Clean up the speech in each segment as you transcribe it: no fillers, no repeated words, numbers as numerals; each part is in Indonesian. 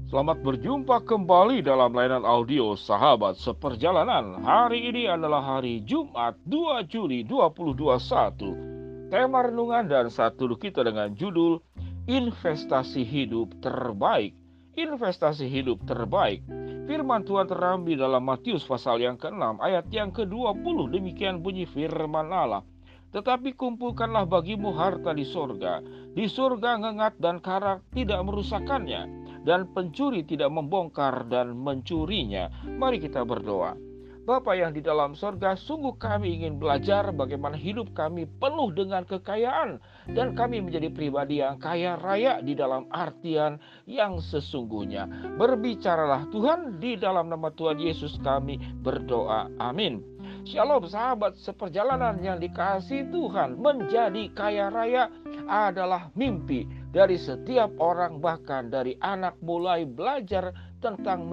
Selamat berjumpa kembali dalam layanan audio Sahabat Seperjalanan. Hari ini adalah hari Jumat 2 Juli 2021. Tema renungan dan satu kita dengan judul Investasi Hidup Terbaik. Investasi hidup terbaik. Firman Tuhan terambil dalam Matius pasal yang ke-6 ayat yang ke-20. Demikian bunyi firman Allah. Tetapi kumpulkanlah bagimu harta di sorga. Di sorga ngengat dan karat tidak merusakkannya, dan pencuri tidak membongkar dan mencurinya. Mari kita berdoa. Bapa yang di dalam sorga, sungguh kami ingin belajar bagaimana hidup kami penuh dengan kekayaan, dan kami menjadi pribadi yang kaya raya di dalam artian yang sesungguhnya. Berbicaralah Tuhan, di dalam nama Tuhan Yesus kami berdoa. Amin. Shalom sahabat seperjalanan yang dikasihi Tuhan. Menjadi kaya raya adalah mimpi dari setiap orang, bahkan dari anak mulai belajar tentang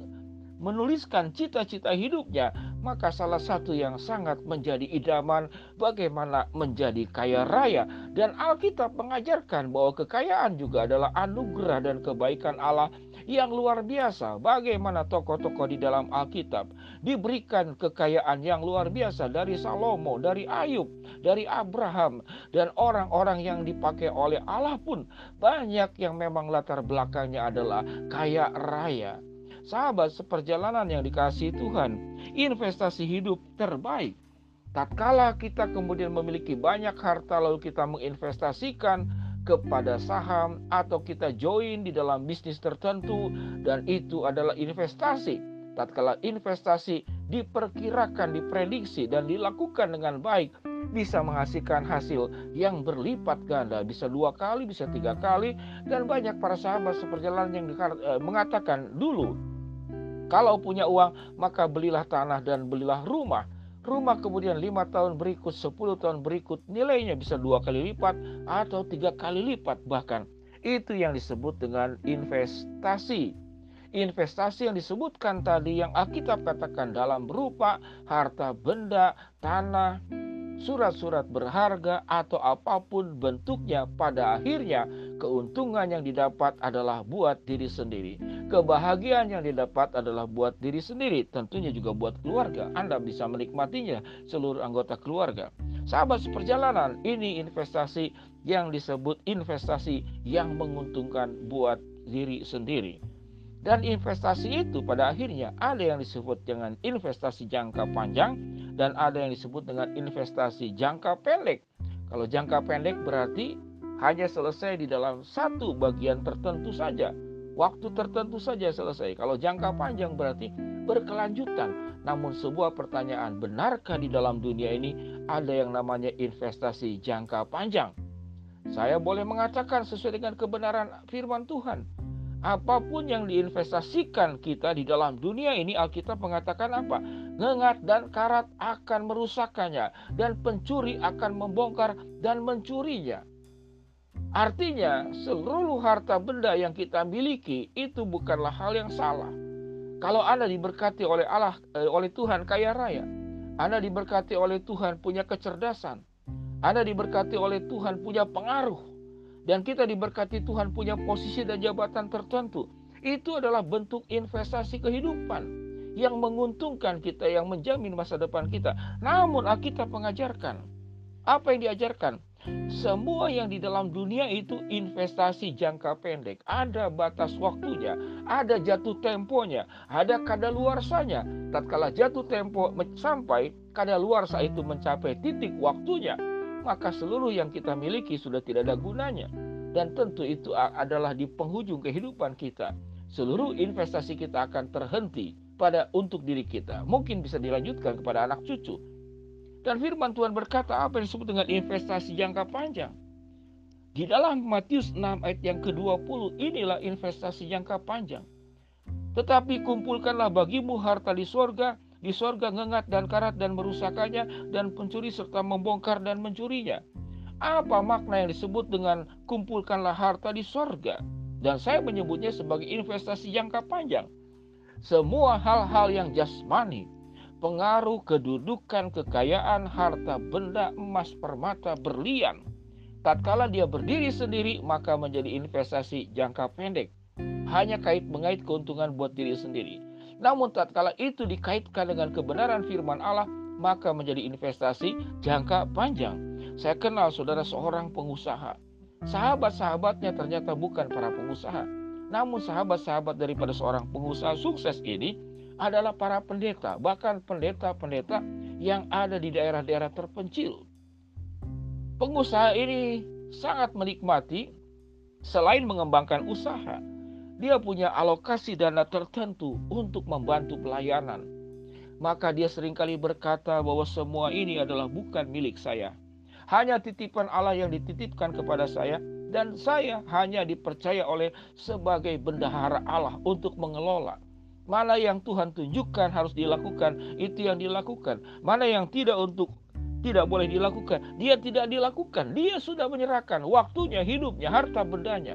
menuliskan cita-cita hidupnya. Maka salah satu yang sangat menjadi idaman bagaimana menjadi kaya raya. Dan Alkitab mengajarkan bahwa kekayaan juga adalah anugerah dan kebaikan Allah yang luar biasa. Bagaimana tokoh-tokoh di dalam Alkitab diberikan kekayaan yang luar biasa, dari Salomo, dari Ayub, dari Abraham, dan orang-orang yang dipakai oleh Allah pun banyak yang memang latar belakangnya adalah kaya raya. Sahabat seperjalanan yang dikasihi Tuhan, investasi hidup terbaik. Tatkala kita kemudian memiliki banyak harta lalu kita menginvestasikan kepada saham atau kita join di dalam bisnis tertentu, dan itu adalah investasi. Tatkala investasi diperkirakan, diprediksi dan dilakukan dengan baik, bisa menghasilkan hasil yang berlipat ganda, bisa 2 kali, bisa 3 kali. Dan banyak para sahabat seperjalanan yang mengatakan dulu, kalau punya uang maka belilah tanah dan belilah rumah. Rumah kemudian 5 tahun berikut, 10 tahun berikut nilainya bisa 2 kali lipat atau 3 kali lipat bahkan. Itu yang disebut dengan investasi. Investasi yang disebutkan tadi yang Alkitab katakan dalam berupa harta benda, tanah, surat-surat berharga atau apapun bentuknya, pada akhirnya keuntungan yang didapat adalah buat diri sendiri. Kebahagiaan yang didapat adalah buat diri sendiri, tentunya juga buat keluarga. Anda bisa menikmatinya, seluruh anggota keluarga. Sahabat seperjalanan, ini investasi yang disebut investasi yang menguntungkan buat diri sendiri. Dan investasi itu pada akhirnya ada yang disebut dengan investasi jangka panjang dan ada yang disebut dengan investasi jangka pendek. Kalau jangka pendek berarti hanya selesai di dalam satu bagian tertentu saja, waktu tertentu saja selesai. Kalau jangka panjang berarti berkelanjutan. Namun sebuah pertanyaan, benarkah di dalam dunia ini ada yang namanya investasi jangka panjang? Saya boleh mengatakan sesuai dengan kebenaran firman Tuhan, apapun yang diinvestasikan kita di dalam dunia ini, Alkitab mengatakan apa? Ngengat dan karat akan merusakkannya, dan pencuri akan membongkar dan mencurinya. Artinya, seluruh harta benda yang kita miliki itu bukanlah hal yang salah. Kalau Anda diberkati oleh Allah, oleh Tuhan kaya raya, Anda diberkati oleh Tuhan punya kecerdasan, Anda diberkati oleh Tuhan punya pengaruh, dan kita diberkati Tuhan punya posisi dan jabatan tertentu, itu adalah bentuk investasi kehidupan yang menguntungkan kita, yang menjamin masa depan kita. Namun Alkitab mengajarkan, apa yang diajarkan? Semua yang di dalam dunia itu investasi jangka pendek. Ada batas waktunya, ada jatuh temponya, ada kadaluarsanya. Tatkala jatuh tempo sampai, kadaluarsa itu mencapai titik waktunya, maka seluruh yang kita miliki sudah tidak ada gunanya. Dan tentu itu adalah di penghujung kehidupan kita. Seluruh investasi kita akan terhenti untuk diri kita. Mungkin bisa dilanjutkan kepada anak cucu. Dan firman Tuhan berkata apa yang disebut dengan investasi jangka panjang. Di dalam Matius 6 ayat yang ke-20, inilah investasi jangka panjang. Tetapi kumpulkanlah bagimu harta di sorga ngengat dan karat dan merusakkannya, dan pencuri serta membongkar dan mencurinya. Apa makna yang disebut dengan kumpulkanlah harta di sorga? Dan saya menyebutnya sebagai investasi jangka panjang. Semua hal-hal yang jasmani, pengaruh, kedudukan, kekayaan, harta benda, emas, permata, berlian, tatkala dia berdiri sendiri maka menjadi investasi jangka pendek. hanya mengait keuntungan buat diri sendiri. Namun tatkala itu dikaitkan dengan kebenaran firman Allah, maka menjadi investasi jangka panjang. Saya kenal saudara seorang pengusaha. Sahabat-sahabatnya ternyata bukan para pengusaha. Namun sahabat-sahabat daripada seorang pengusaha sukses ini adalah para pendeta, bahkan pendeta-pendeta yang ada di daerah-daerah terpencil. Pengusaha ini sangat menikmati, selain mengembangkan usaha, dia punya alokasi dana tertentu untuk membantu pelayanan. Maka dia seringkali berkata bahwa semua ini adalah bukan milik saya. Hanya titipan Allah yang dititipkan kepada saya, dan saya hanya dipercaya oleh sebagai bendahara Allah untuk mengelola. Mana yang Tuhan tunjukkan harus dilakukan, itu yang dilakukan. Mana yang tidak boleh dilakukan, dia tidak dilakukan. Dia sudah menyerahkan waktunya, hidupnya, harta bendanya.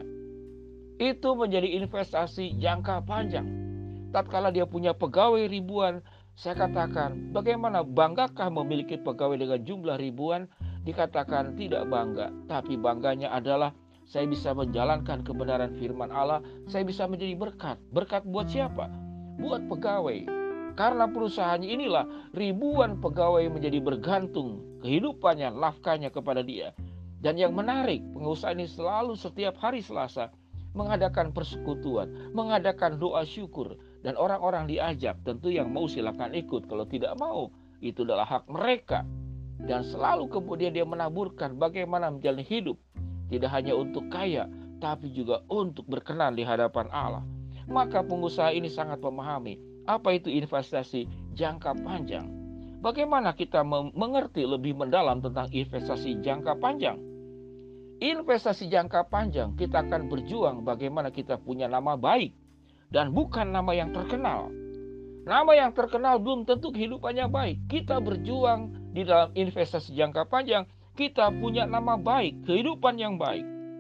Itu menjadi investasi jangka panjang. Tatkala dia punya pegawai ribuan, saya katakan, bagaimana banggakah memiliki pegawai dengan jumlah ribuan? Dikatakan tidak bangga, tapi bangganya adalah saya bisa menjalankan kebenaran firman Allah, saya bisa menjadi berkat. Berkat buat siapa? Buat pegawai. Karena perusahaannya inilah ribuan pegawai menjadi bergantung kehidupannya, nafkahnya kepada dia. Dan yang menarik, pengusaha ini selalu setiap hari Selasa mengadakan persekutuan, mengadakan doa syukur, dan orang-orang diajak. Tentu yang mau silakan ikut, kalau tidak mau itu adalah hak mereka. Dan selalu kemudian dia menaburkan bagaimana menjalani hidup, tidak hanya untuk kaya, tapi juga untuk berkenan di hadapan Allah. Maka pengusaha ini sangat memahami apa itu investasi jangka panjang. Bagaimana kita mengerti lebih mendalam tentang investasi jangka panjang? Investasi jangka panjang, kita akan berjuang bagaimana kita punya nama baik, dan bukan nama yang terkenal. Nama yang terkenal belum tentu kehidupannya baik. Kita berjuang di dalam investasi jangka panjang, kita punya nama baik, kehidupan yang baik.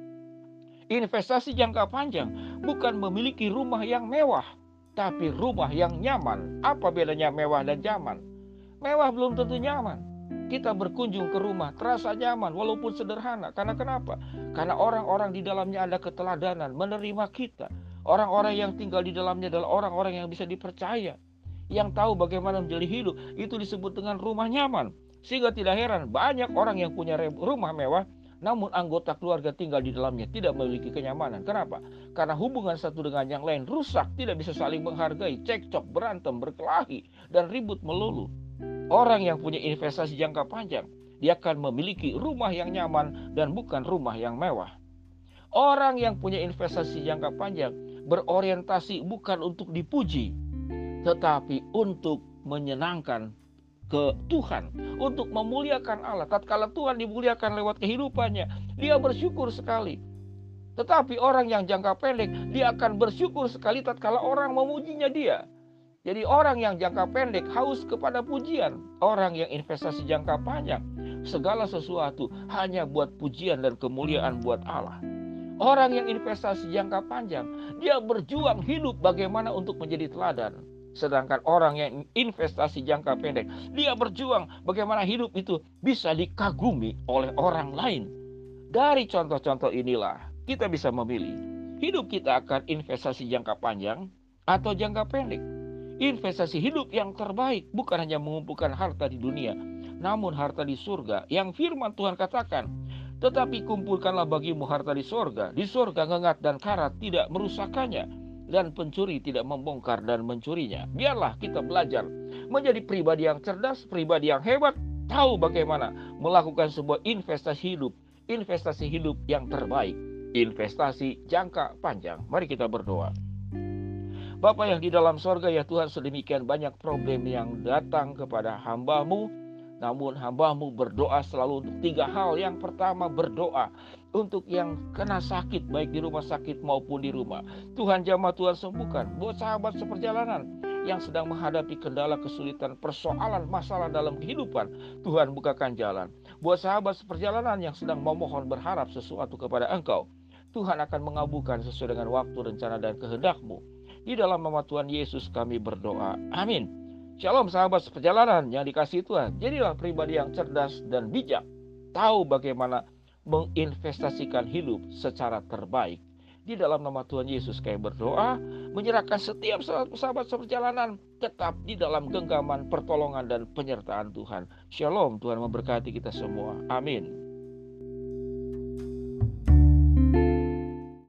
Investasi jangka panjang bukan memiliki rumah yang mewah, tapi rumah yang nyaman. Apa bedanya mewah dan nyaman? Mewah belum tentu nyaman. Kita berkunjung ke rumah terasa nyaman walaupun sederhana. Karena kenapa? Karena orang-orang di dalamnya ada keteladanan, menerima kita. Orang-orang yang tinggal di dalamnya adalah orang-orang yang bisa dipercaya, yang tahu bagaimana menjalani hidup. Itu disebut dengan rumah nyaman. Sehingga tidak heran banyak orang yang punya rumah mewah, namun anggota keluarga tinggal di dalamnya tidak memiliki kenyamanan. Kenapa? Karena hubungan satu dengan yang lain rusak, tidak bisa saling menghargai, cekcok, berantem, berkelahi, dan ribut melulu. Orang yang punya investasi jangka panjang, dia akan memiliki rumah yang nyaman dan bukan rumah yang mewah. Orang yang punya investasi jangka panjang berorientasi bukan untuk dipuji, tetapi untuk menyenangkan ke Tuhan, untuk memuliakan Allah. Tatkala Tuhan dimuliakan lewat kehidupannya, dia bersyukur sekali. Tetapi orang yang jangka pendek, dia akan bersyukur sekali tatkala orang memujinya dia. Jadi orang yang jangka pendek haus kepada pujian. Orang yang investasi jangka panjang, segala sesuatu hanya buat pujian dan kemuliaan buat Allah. Orang yang investasi jangka panjang, dia berjuang hidup bagaimana untuk menjadi teladan. Sedangkan orang yang investasi jangka pendek, dia berjuang bagaimana hidup itu bisa dikagumi oleh orang lain. Dari contoh-contoh inilah kita bisa memilih. Hidup kita akan investasi jangka panjang atau jangka pendek. Investasi hidup yang terbaik bukan hanya mengumpulkan harta di dunia, namun harta di surga yang firman Tuhan katakan, tetapi kumpulkanlah bagimu harta di surga. Di surga ngengat dan karat tidak merusakkannya, dan pencuri tidak membongkar dan mencurinya. Biarlah kita belajar menjadi pribadi yang cerdas, pribadi yang hebat, tahu bagaimana melakukan sebuah investasi hidup yang terbaik, investasi jangka panjang. Mari kita berdoa. Bapa yang di dalam sorga, ya Tuhan, sedemikian banyak problem yang datang kepada hamba-Mu. Namun hamba-Mu berdoa selalu untuk 3 hal. Yang pertama, berdoa untuk yang kena sakit, baik di rumah sakit maupun di rumah. Tuhan jamah, Tuhan sembuhkan. Buat sahabat seperjalanan yang sedang menghadapi kendala, kesulitan, persoalan, masalah dalam kehidupan, Tuhan bukakan jalan. Buat sahabat seperjalanan yang sedang memohon berharap sesuatu kepada Engkau, Tuhan akan mengabulkan sesuai dengan waktu, rencana, dan kehendak-Mu. Di dalam nama Tuhan Yesus kami berdoa. Amin. Shalom sahabat seperjalanan yang dikasihi Tuhan. Jadilah pribadi yang cerdas dan bijak. Tahu bagaimana menginvestasikan hidup secara terbaik. Di dalam nama Tuhan Yesus kami berdoa, menyerahkan setiap sahabat seperjalanan tetap di dalam genggaman pertolongan dan penyertaan Tuhan. Shalom, Tuhan memberkati kita semua. Amin.